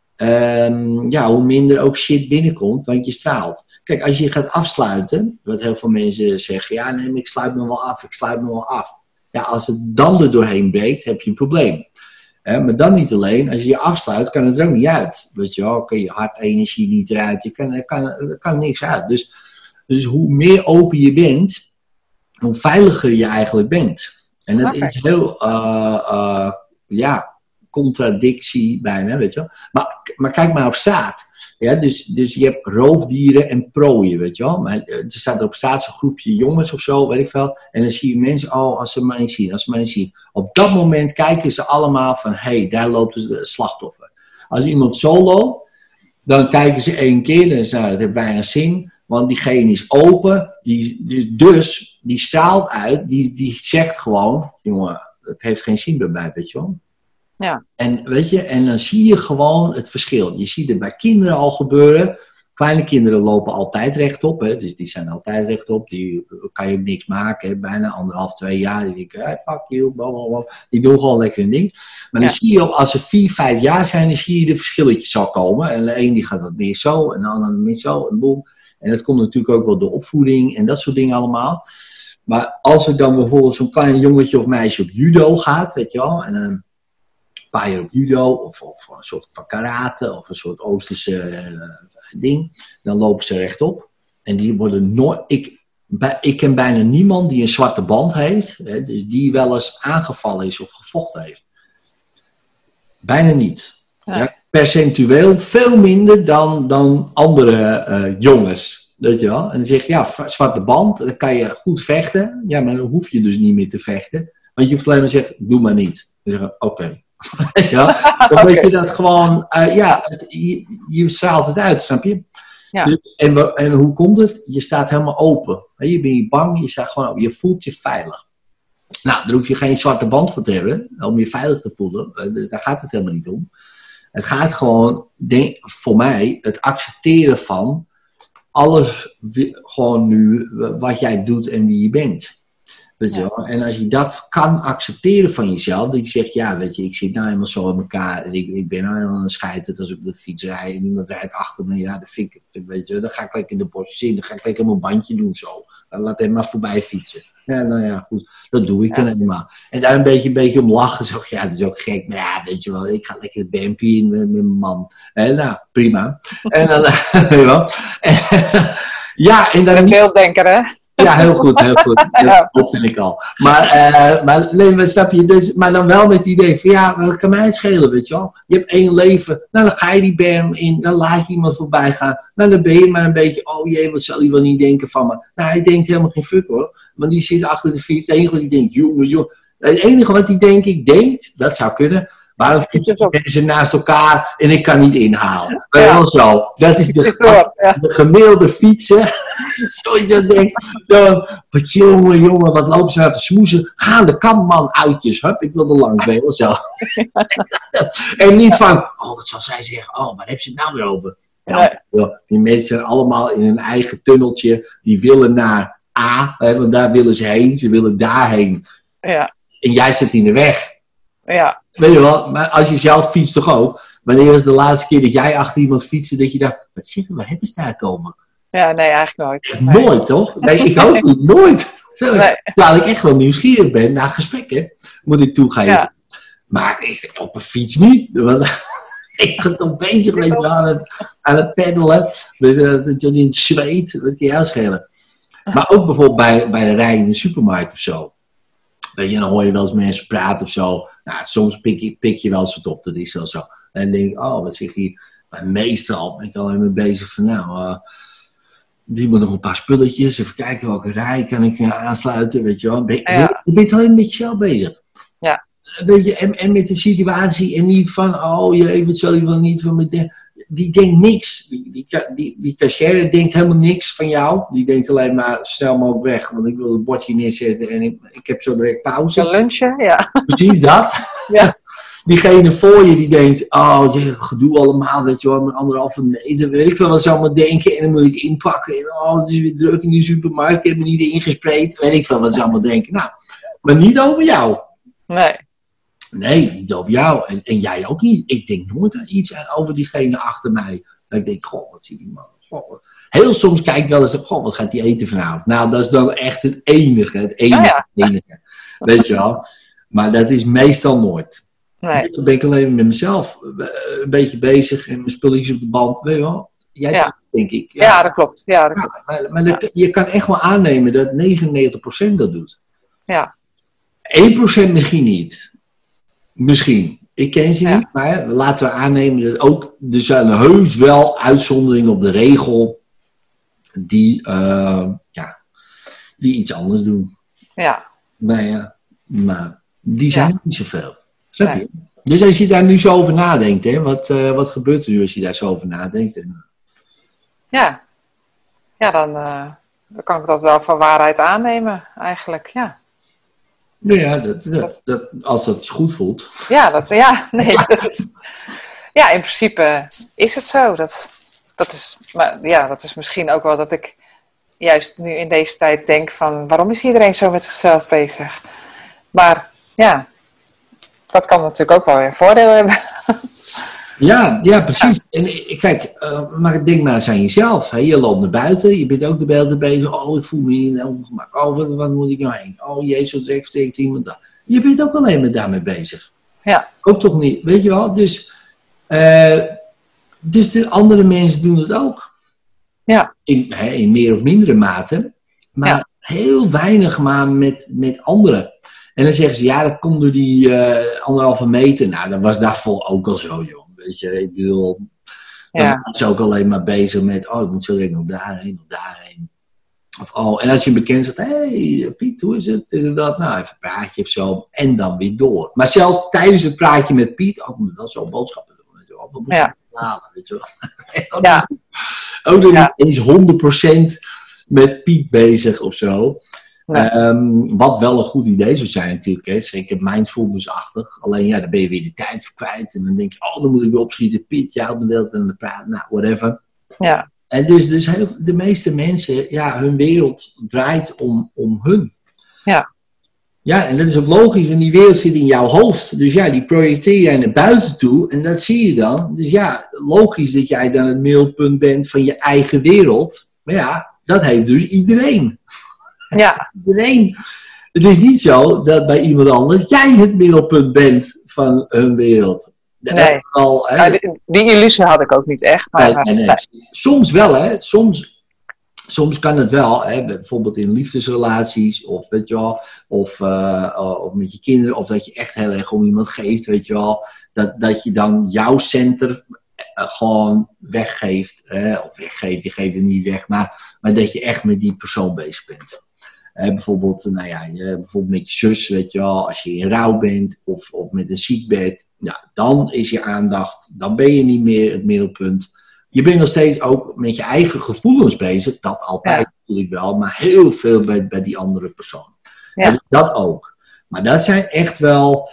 Um, ja, hoe minder ook shit binnenkomt, want je straalt. Kijk, als je je gaat afsluiten, wat heel veel mensen zeggen, ja, nee, maar ik sluit me wel af, ik sluit me wel af. Ja, als het dan er doorheen breekt, heb je een probleem. He, maar dan niet alleen, als je je afsluit, kan het er ook niet uit. Weet je wel, kan je hartenergie niet eruit, je kan, er, kan, er kan niks uit. Dus, dus hoe meer open je bent, hoe veiliger je eigenlijk bent. En dat
Okay.
is heel, uh, uh, ja, contradictie bijna, weet je wel. Maar, maar kijk maar op straat. Ja, dus, dus je hebt roofdieren en prooien, weet je wel. Maar er staat er op straat zo'n groepje jongens of zo, weet ik veel. En dan zie je mensen, oh, als ze maar niet zien, als ze maar niet zien. Op dat moment kijken ze allemaal van, hé, hey, daar loopt het slachtoffer. Als iemand zo loopt, dan kijken ze één keer, dan is, nou, dat heeft weinig zin. Want diegene is open, die, dus, dus die straalt uit, die, die zegt gewoon, jongen, het heeft geen zin bij mij, weet je wel.
Ja.
En weet je, en dan zie je gewoon het verschil. Je ziet het bij kinderen al gebeuren. Kleine kinderen lopen altijd rechtop, hè, dus die zijn altijd rechtop. Die kan je niks maken, hè, bijna anderhalf, twee jaar. Die denken, hey, fuck you, blablabla. Die doen gewoon lekker een ding. Maar dan
Ja.
zie je, als ze vier, vijf jaar zijn, dan zie je de verschilletjes al komen. En de een die gaat wat meer zo, en de ander meer zo, en boem. En dat komt natuurlijk ook wel door opvoeding en dat soort dingen allemaal. Maar als er dan bijvoorbeeld zo'n klein jongetje of meisje op judo gaat, weet je wel, en dan een paar jaar op judo, of, of een soort van karate, of een soort Oosterse uh, ding, dan lopen ze rechtop. En die worden nooit... Ik, bij, ik ken bijna niemand die een zwarte band heeft, hè, dus die wel eens aangevallen is of gevochten heeft. Bijna niet.
Ja.
Ja, percentueel veel minder dan, dan andere uh, jongens. Weet je wel? En dan zeg je, ja, zwarte band, dan kan je goed vechten. Ja, maar dan hoef je dus niet meer te vechten. Want je hoeft alleen maar te zeggen, doe maar niet. Dan zeggen oké. Okay. Ja, dan weet je dat gewoon, uh, ja, het, je, je straalt het uit, snap je?
Ja.
Dus, en, en hoe komt het? Je staat helemaal open. Je bent niet bang, je staat gewoon open. Je voelt je veilig. Nou, daar hoef je geen zwarte band voor te hebben, om je veilig te voelen. Dus daar gaat het helemaal niet om. Het gaat gewoon, denk, voor mij, het accepteren van alles, gewoon nu, wat jij doet en wie je bent. Weet je
Ja.
wel? En als je dat kan accepteren van jezelf, dat je zegt, ja, weet je, ik zit nou helemaal zo in elkaar en ik, ik ben nou helemaal een scheiter als ik op de fiets rijd en iemand rijdt achter me, ja, dat vind ik, weet je, dan ga ik lekker in de bos zitten, dan ga ik lekker mijn bandje doen zo. Dan laat hem maar voorbij fietsen. Ja, nou ja, goed, dat doe ik
Ja.
dan helemaal. En daar een beetje, een beetje om lachen, zo, ja, dat is ook gek, maar ja, weet je wel, ik ga lekker het bampje in met, met mijn man. En nou, prima. En dan, weet je wel. En, ja, en dan
Een beelddenker, hè?
ja, heel goed, heel goed. Dat klopt en ik al. Maar, uh, maar, nee, maar snap je, dus, maar dan wel met het idee van, ja, wat kan mij het schelen, weet je wel? Je hebt één leven, nou dan ga je die berm in, dan laat je iemand voorbij gaan. Nou dan ben je maar een beetje, oh jee, wat zal hij wel niet denken van me? Nou, hij denkt helemaal geen fuck hoor. Want die zit achter de fiets, het enige wat hij denkt, jongen, jongen. Het enige wat hij denk ik denkt, dat zou kunnen, waarom fietsen mensen naast elkaar en ik kan niet inhalen? Maar
Ja.
wel zo, dat is de...
Zit door, ja.
De gemiddelde fietser, sowieso denk zo, wat jongen, jongen, wat lopen ze nou te smoezen? Gaan de kamman uitjes, hup, ik wil er langs bij, wel zo. En niet van, oh, wat zal zij zeggen? Oh, waar heb ze het nou weer over? Ja,
Nee.
joh, die mensen zijn allemaal in hun eigen tunneltje, die willen naar A, hè, want daar willen ze heen, ze willen daarheen.
Ja,
En jij zit in de weg.
ja.
Weet je wel, maar als je zelf fietst toch ook? Wanneer was de laatste keer dat jij achter iemand fietste, dat je dacht, wat zit er, waar hebben ze daar komen?
Ja, nee, eigenlijk nooit. Nee.
Nooit, toch? Nee, ik ook niet. Nooit.
Nee.
Terwijl ik echt wel nieuwsgierig ben naar gesprekken, moet ik toegeven.
Ja.
Maar ik, op een fiets niet. Want ik ben toch bezig met je aan het, aan het peddelen. Met, uh, dat je in het zweet. Wat kan jou schelen? Maar ook bijvoorbeeld bij, bij de rij in de supermarkt of zo. Weet je, dan hoor je wel eens mensen praten of zo. Nou, soms pik je, pik je wel eens wat op. Dat is wel zo. En dan denk ik, oh, wat zeg je? Maar meestal ben ik alleen maar bezig van, nou... Uh, die moet nog een paar spulletjes. Even kijken welke rij kan ik uh, aansluiten. Weet je wel. Ben,
Ja.
Je bent alleen met jezelf bezig.
Ja.
Weet je, en, en met de situatie. En niet van, oh jee, wat zal je wel niet van me denken. Die denkt niks. Die, die, die, die cashier denkt helemaal niks van jou. Die denkt alleen maar, snel mogelijk weg. Want ik wil het bordje neerzetten. En ik, ik heb zo direct pauze.
Een lunchje, ja.
Precies dat.
Ja.
Diegene voor je die denkt, oh, je gedoe allemaal, weet je wel, met anderhalve meter, weet ik veel wat ze allemaal denken. En dan moet ik inpakken. En oh, het is weer druk in die supermarkt, ik heb me niet ingespreid. Weet ik veel wat ze allemaal denken. Nou, maar niet over jou.
Nee.
Nee, niet over jou. En, en jij ook niet. Ik denk nooit aan iets over diegene achter mij. Dat ik denk, goh, wat zie die man. Goh, wat... Heel soms kijk ik wel eens, goh, wat gaat die eten vanavond? Nou, dat is dan echt het enige. Het enige.
Ja, ja.
enige. Weet je wel. Maar dat is meestal nooit.
Nee.
Dan ben ik alleen met mezelf een beetje bezig en mijn spulletjes op de band, weet je wel. Jij
Ja.
ook, denk ik.
Ja, dat klopt. Ja, dat klopt.
Ja, maar maar dat- je kan echt wel aannemen dat negenennegentig procent dat doet.
Ja.
één procent misschien niet. Misschien. Ik ken ze
Ja.
niet, maar laten we aannemen dat ook, er zijn heus wel uitzonderingen op de regel die, uh, ja, die iets anders doen.
Ja.
Nou ja, maar die zijn
Ja.
niet zoveel. Snap je?
Nee.
Dus als je daar nu zo over nadenkt, hè, wat, uh, wat gebeurt er nu als je daar zo over nadenkt? En,
Ja. Ja, dan, uh, dan kan ik dat wel voor waarheid aannemen, eigenlijk. Ja.
nou ja, dat, dat, dat, als dat goed voelt.
Ja, dat, ja, nee. Dat, ja, in principe is het zo. Dat, dat, is, maar, ja, dat is misschien ook wel dat ik juist nu in deze tijd denk van... waarom is iedereen zo met zichzelf bezig? Maar ja, dat kan natuurlijk ook wel weer een voordeel hebben.
Ja, ja, precies. En eh, kijk, uh, maar denk maar eens aan jezelf. Hè. Je loopt naar buiten, je bent ook de beelden bezig. Oh, ik voel me niet ongemakkelijk. Oh, wat, wat moet ik nou heen? Oh, jezus, direct steekt iemand daar. Je bent ook alleen maar daarmee bezig.
Ja.
Ook toch niet, weet je wel? Dus, uh, dus de andere mensen doen het ook.
Ja.
In, hè, in meer of mindere mate. Maar
Ja.
heel weinig maar met, met anderen. En dan zeggen ze, ja, dat komt door die uh, anderhalve meter. Nou, dat was daarvoor ook al zo, joh. Weet je, ik bedoel, dan
Ja.
was ze ook alleen maar bezig met, oh, ik moet zo direct nog daarheen, nog daarheen. Of, oh, en als je bekend zegt, hé, hey, Piet, hoe is het? Dit en dat. Nou, even een praatje of zo. En dan weer door. Maar zelfs tijdens het praatje met Piet, ook moet wel zo'n boodschappen doen. Weet je wel. Wat moet je
Ja.
halen, weet je wel.
Ja.
Ook nog
Ja.
niet eens honderd procent met Piet bezig of zo.
Nee.
Um, wat wel een goed idee zou zijn natuurlijk. Hè. Zeker mindfulness-achtig. Alleen ja, dan ben je weer de tijd voor kwijt. En dan denk je, oh, dan moet ik weer opschieten. Piet, jij houdt me de hele tijd aan de praat. Nou, whatever.
Ja.
En dus, dus heel, de meeste mensen, ja, hun wereld draait om, om hun.
Ja.
Ja, en dat is ook logisch, want die wereld zit in jouw hoofd. Dus ja, die projecteer jij naar buiten toe en dat zie je dan. Dus ja, logisch dat jij dan het middelpunt bent van je eigen wereld. Maar ja, dat heeft dus iedereen.
Ja.
Iedereen. Het is niet zo dat bij iemand anders jij het middelpunt bent van hun wereld. Dat
Nee.
al, hè,
Nou, die, die illusie had ik ook niet echt. Maar,
Nee, nee, nee.
nee.
Soms wel, hè. Soms, soms kan het wel, hè. Bijvoorbeeld in liefdesrelaties, of weet je wel, of, uh, of met je kinderen, of dat je echt heel erg om iemand geeft, weet je wel. Dat, dat je dan jouw center uh, gewoon weggeeft, hè. Of weggeeft, je geeft het niet weg, maar, maar dat je echt met die persoon bezig bent. Uh, bijvoorbeeld, nou ja, je, bijvoorbeeld met je zus, weet je wel, als je in rouw bent, of, of met een ziekbed, nou, dan is je aandacht, dan ben je niet meer het middelpunt. Je bent nog steeds ook met je eigen gevoelens bezig, dat altijd
Ja.
natuurlijk wel, maar heel veel bij, bij die andere persoon.
Ja.
En dat ook. Maar dat zijn echt wel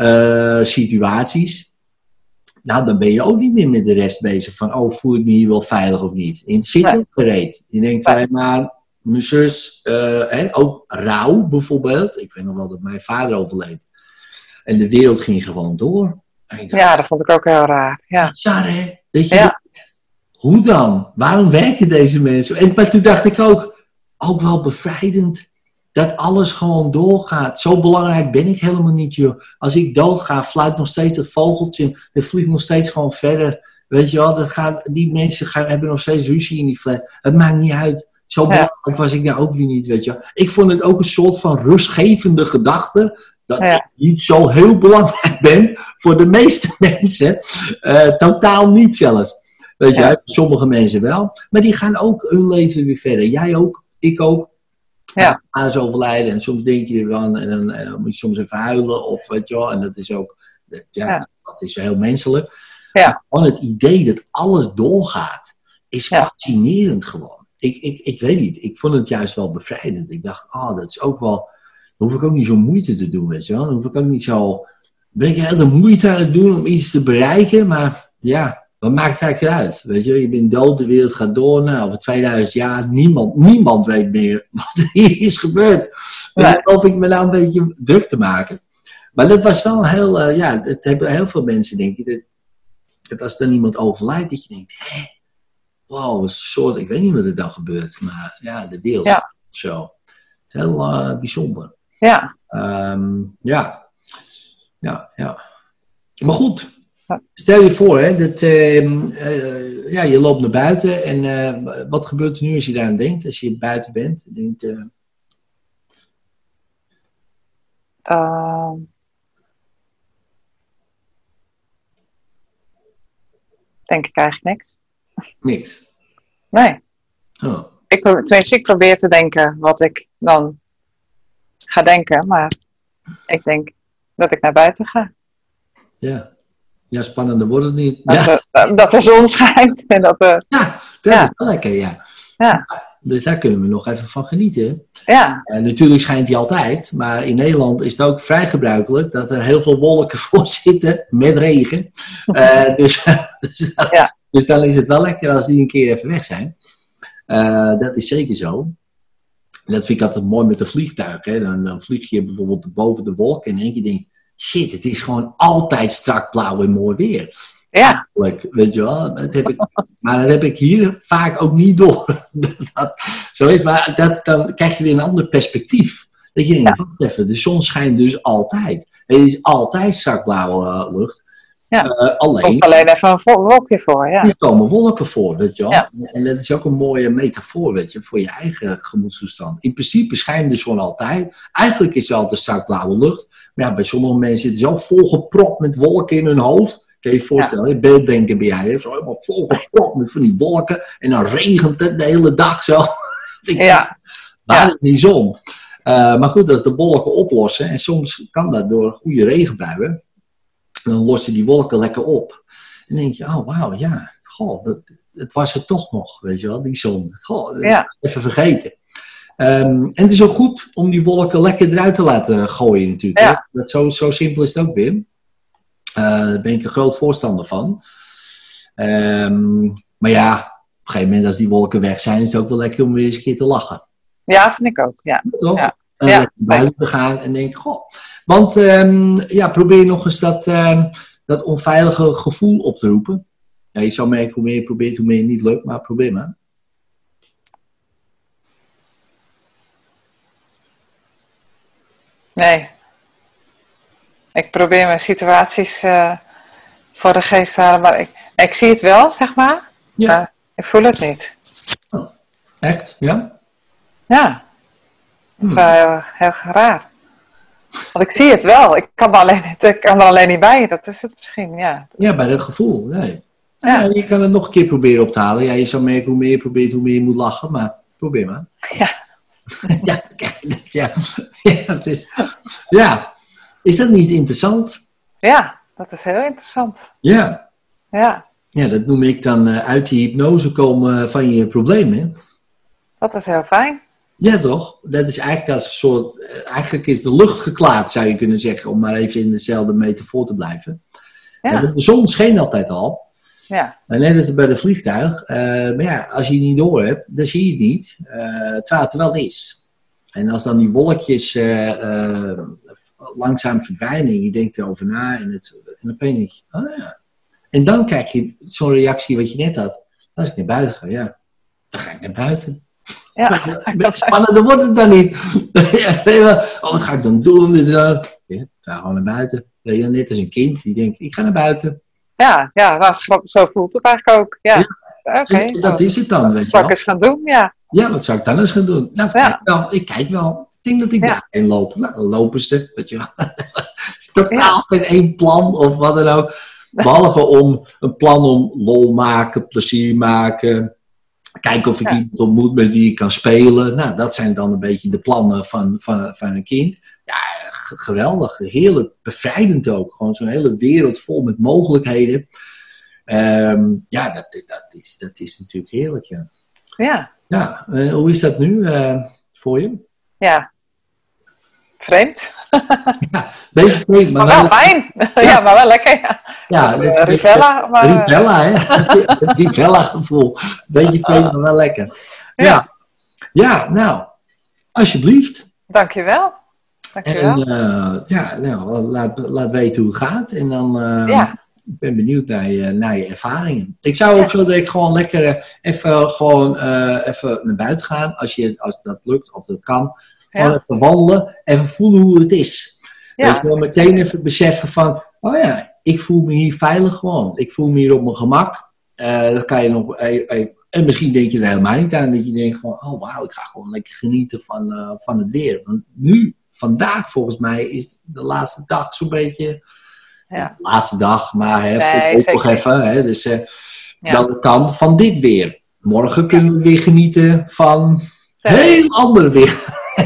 uh, situaties, nou, dan ben je ook niet meer met de rest bezig van, oh, voel ik me hier wel veilig of niet. In het zitten
Nee.
gereed. Je denkt
Nee.
alleen maar, mijn zus, uh, hè, ook rouw bijvoorbeeld. Ik weet nog wel dat mijn vader overleed. En de wereld ging gewoon door. En ik dacht,
Ja, dat vond ik ook heel raar. Ja.
bizar, hè? Dat je
Ja.
denkt, hoe dan? Waarom werken deze mensen? En, maar toen dacht ik ook, ook wel bevrijdend. Dat alles gewoon doorgaat. Zo belangrijk ben ik helemaal niet, joh. Als ik doodga, fluit nog steeds dat vogeltje. Dat vliegt nog steeds gewoon verder. Weet je wel, dat gaat, die mensen gaan, hebben nog steeds ruzie in die flat. Het maakt niet uit. Zo belangrijk was ik nou ook weer niet, weet je wel. Ik vond het ook een soort van rustgevende gedachte. Dat
Ja.
ik niet zo heel belangrijk ben voor de meeste mensen. Uh, totaal niet zelfs. Weet je,
Ja.
sommige mensen wel. Maar die gaan ook hun leven weer verder. Jij ook, ik ook.
Ja.
Aan zo overlijden. En soms denk je ervan. En dan, en dan moet je soms even huilen. Of weet je wel. En dat is ook, dat, ja,
Ja.
dat is heel menselijk.
Ja.
Maar gewoon het idee dat alles doorgaat. Is
Ja.
fascinerend gewoon. Ik, ik, ik weet niet. Ik vond het juist wel bevrijdend. Ik dacht, ah, oh, dat is ook wel... Dan hoef ik ook niet zo moeite te doen, weet je wel. Dan hoef ik ook niet zo... Ben ik heel de moeite aan het doen om iets te bereiken. Maar ja, wat maakt het eigenlijk uit? Weet je, je bent dood, de wereld gaat door. Nou, over tweeduizend jaar, niemand, niemand weet meer wat er hier is gebeurd.
Nee.
Dan hoop ik me nou een beetje druk te maken. Maar dat was wel heel... Uh, ja, dat hebben heel veel mensen, denk ik. Dat, dat als er iemand overlijdt, dat je denkt... Hé, wow, een soort... Ik weet niet wat er dan gebeurt. Maar ja, de wereld
Ja.
zo. Het is heel uh, bijzonder.
Ja.
Um, ja. Ja, ja. Maar goed.
Ja.
Stel je voor, hè, dat uh, uh, ja, je loopt naar buiten en uh, wat gebeurt er nu als je daar aan denkt, als je buiten bent? Je denkt, uh...
Uh, denk ik eigenlijk niks.
Niks.
Nee.
Oh.
Ik, pro- tenminste, ik probeer te denken wat ik dan ga denken, maar ik denk dat ik naar buiten ga.
Ja. Ja, spannender wordt het niet.
Dat,
Ja,
de, dat de zon schijnt en dat de...
ja dat
Ja.
is wel lekker, ja.
Ja,
Dus daar kunnen we nog even van genieten.
ja,
Uh, natuurlijk schijnt hij altijd, maar in Nederland is het ook vrij gebruikelijk dat er heel veel wolken voor zitten met regen. Uh, dus, dus, dan,
Ja.
dus dan is het wel lekker als die een keer even weg zijn. Uh, dat is zeker zo. Dat vind ik altijd mooi met een vliegtuig. Hè. Dan, dan vlieg je bijvoorbeeld boven de wolken en in één keer denk je, shit, het is gewoon altijd strak blauw en mooi weer.
ja,
Weet je wel, dat heb ik, maar dat heb ik hier vaak ook niet door. dat, zo is, maar dat, dan krijg je weer een ander perspectief. Dat je denkt,
Ja.
wacht even, de zon schijnt dus altijd. Het is altijd strakblauwe uh, lucht.
Ja.
Uh,
er
alleen,
komt alleen even een vo- wolkje voor, ja.
er komen wolken voor, weet je wel.
Ja.
En dat is ook een mooie metafoor, weet je, voor je eigen gemoedstoestand. In principe schijnt de zon altijd. Eigenlijk is er altijd strakblauwe lucht. Maar ja, bij sommige mensen zitten zo volgepropt met wolken in hun hoofd. Kun je je voorstellen, ja. Beelddenken ben jij, hè? Zo helemaal volgepropt met van die wolken. En dan regent het de hele dag zo.
Ja,
Waar
Ja.
is die zon? Uh, maar goed, als de wolken oplossen, en soms kan dat door goede regenbuien, dan lossen die wolken lekker op. En dan denk je, oh wauw, ja, goh, dat, het was er toch nog, weet je wel, die zon. Goh, dat
Ja.
even vergeten. Um, en het is ook goed om die wolken lekker eruit te laten gooien natuurlijk.
Ja.
Hè? Dat zo, zo simpel is het ook weer. Uh, daar ben ik een groot voorstander van. Um, maar ja, op een gegeven moment als die wolken weg zijn, is het ook wel lekker om weer eens een keer te lachen.
ja, vind ik ook, ja.
Toch?
Ja.
uh,
Ja.
buiten te gaan en denk, goh. Want um, ja, probeer nog eens dat, um, dat onveilige gevoel op te roepen. Ja, je zou merken, hoe meer je probeert, hoe meer het niet lukt, maar probeer maar.
Nee. Ik probeer mijn situaties uh, voor de geest te halen, maar ik, ik zie het wel, zeg maar.
Ja.
Maar ik voel het niet.
Oh, echt? Ja?
Ja. Dat is wel heel, heel raar. Want ik zie het wel. Ik kan, er alleen, ik kan er alleen niet bij. Dat is het misschien, ja.
Ja, bij dat gevoel. Nee.
Ja.
Ja, je kan het nog een keer proberen op te halen. Ja, je zou merken, hoe meer je probeert, hoe meer je moet lachen. Maar probeer maar.
Ja.
ja, ja, ja, het is, ja, is dat niet interessant?
Ja, dat is heel interessant.
Ja.
Ja,
Ja, dat noem ik dan uh, uit die hypnose komen van je problemen.
dat is heel fijn.
Ja, toch? Dat is eigenlijk als een soort, uh, eigenlijk is de lucht geklaard, zou je kunnen zeggen, om maar even in dezelfde metafoor te blijven.
Ja.
Ja, de zon scheen altijd al.
Ja,
En net als bij de vliegtuig. Uh, maar ja, als je het niet door hebt, dan zie je het niet. Uh, terwijl het er wel is. En als dan die wolkjes uh, uh, langzaam verdwijnen en je denkt erover na en, het, en opeens denk je, oh ja. En dan krijg je zo'n reactie wat je net had. Als ik naar buiten ga, ja, dan ga ik naar buiten.
ja.
Met spannender wordt het dan niet. ja, oh, wat ga ik dan doen? Ja, ik ga gewoon naar buiten. Ja, net als een kind die denkt, ik ga naar buiten.
Ja, ja, nou, zo voelt het eigenlijk ook. Ja, oké. Okay.
Dat is het dan, weet je
Zal
wel.
ik eens gaan doen, ja.
Ja, wat zou ik dan eens gaan doen? Nou,
Ja.
kijk wel, ik kijk wel. Ik denk dat ik
Ja.
daarheen loop. Nou, dan lopen ze, weet je wel. Het is totaal geen één plan of wat dan ook. Behalve om een plan om lol maken, plezier maken. Kijken of ik
Ja.
iemand ontmoet met wie ik kan spelen. Nou, dat zijn dan een beetje de plannen van, van, van een kind. Ja, g- geweldig. Heerlijk, bevrijdend ook. Gewoon zo'n hele wereld vol met mogelijkheden. Ehm, ja, dat, dat, is, dat is natuurlijk heerlijk, ja.
Ja,
Ja, eh, hoe is dat nu eh, voor je?
ja. Vreemd.
Beetje vreemd, maar
Maar wel
wel...
fijn. Ja, maar wel lekker, ja.
Ja,
Of,
dat is
uh,
een beetje-
Rivella, maar... uh,
Rivella, hè? Het Rivella-gevoel. Beetje vreemd, maar wel lekker. Ja.
Ja.
Ja, nou, alsjeblieft.
Dankjewel. Dankjewel.
En uh, ja, nou, laat, laat weten hoe het gaat. En dan uh,
Ja.
ik ben benieuwd naar je, naar je ervaringen. Ik zou ook zo dat ik gewoon lekker uh, even, gewoon, uh, even naar buiten gaan. Als, je, als dat lukt of dat kan. Gewoon
Ja.
even wandelen. Even voelen hoe het is.
Ja.
Weet je wel, meteen even beseffen van, oh ja, ik voel me hier veilig gewoon. Ik voel me hier op mijn gemak. Uh, dat kan je nog, eh, eh, en misschien denk je er helemaal niet aan. Dat je denkt gewoon, oh wauw, ik ga gewoon lekker genieten van, uh, van het weer. Want nu, vandaag volgens mij, is de laatste dag zo'n beetje,
Ja.
de laatste dag, maar hè,
Nee,
voor nog
zeker.
even. Hè, dus uh,
Ja.
wel de kant van dit weer. Morgen kunnen we weer genieten van
Ja.
heel ander weer.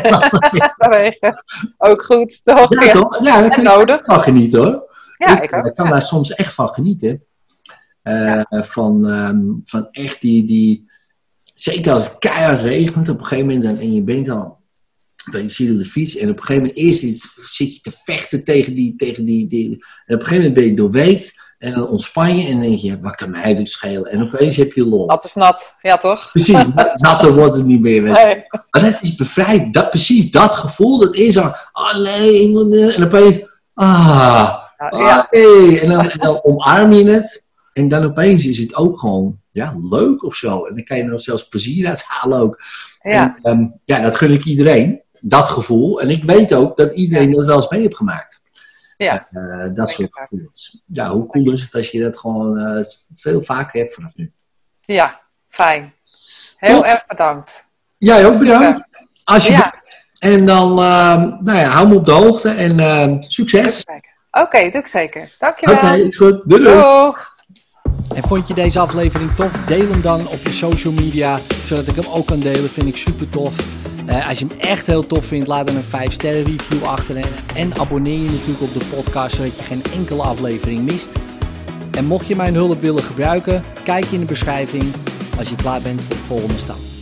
Bewegen. Ook goed, toch?
Ja,
Ja,
toch? Ja, daar
En
kan je
nodig.
echt van genieten hoor.
Ja,
ik,
ik ook.
ik kan
Ja.
daar soms echt van genieten. Uh,
Ja.
van, um, van echt die, die... Zeker als het keihard regent op een gegeven moment. Dan, en je bent al... Je zit op de fiets. En op een gegeven moment eerst iets, zit je te vechten tegen die, tegen die, die... En op een gegeven moment ben je doorweekt. En dan ontspan je. En dan denk je, wat kan mij het schelen? En opeens heb je lol.
Dat is nat. Ja, toch?
Precies, natter wordt het niet meer. Weet je.
Nee.
Maar dat is bevrijd. Dat, precies dat gevoel. Dat is al... Oh nee, ik moet... En opeens... Ah...
Ja.
Ah, hey. en, dan, en dan omarm je het. En dan opeens is het ook gewoon ja, leuk of zo. En dan kan je er nog zelfs plezier uit halen ook.
Ja.
En, um, ja, dat gun ik iedereen. Dat gevoel. En ik weet ook dat iedereen
Ja.
dat wel eens mee heeft gemaakt.
Ja.
Uh, dat soort gevoelens. Ja, hoe cool is het als je dat gewoon uh, veel vaker hebt vanaf nu.
Ja, fijn. Heel
Top.
erg bedankt.
Jij ook bedankt. Alsjeblieft.
Ja.
En dan uh, nou ja, hou me op de hoogte. En uh, succes.
Oké, okay, doe ik zeker.
Oké,
Dankjewel.
okay, is goed. Doei doei.
Doeg.
En vond je deze aflevering tof? Deel hem dan op je social media, zodat ik hem ook kan delen. Vind ik super tof. Uh, als je hem echt heel tof vindt, laat dan een vijf sterren review achter. En, en abonneer je natuurlijk op de podcast, zodat je geen enkele aflevering mist. En mocht je mijn hulp willen gebruiken, kijk in de beschrijving als je klaar bent voor de volgende stap.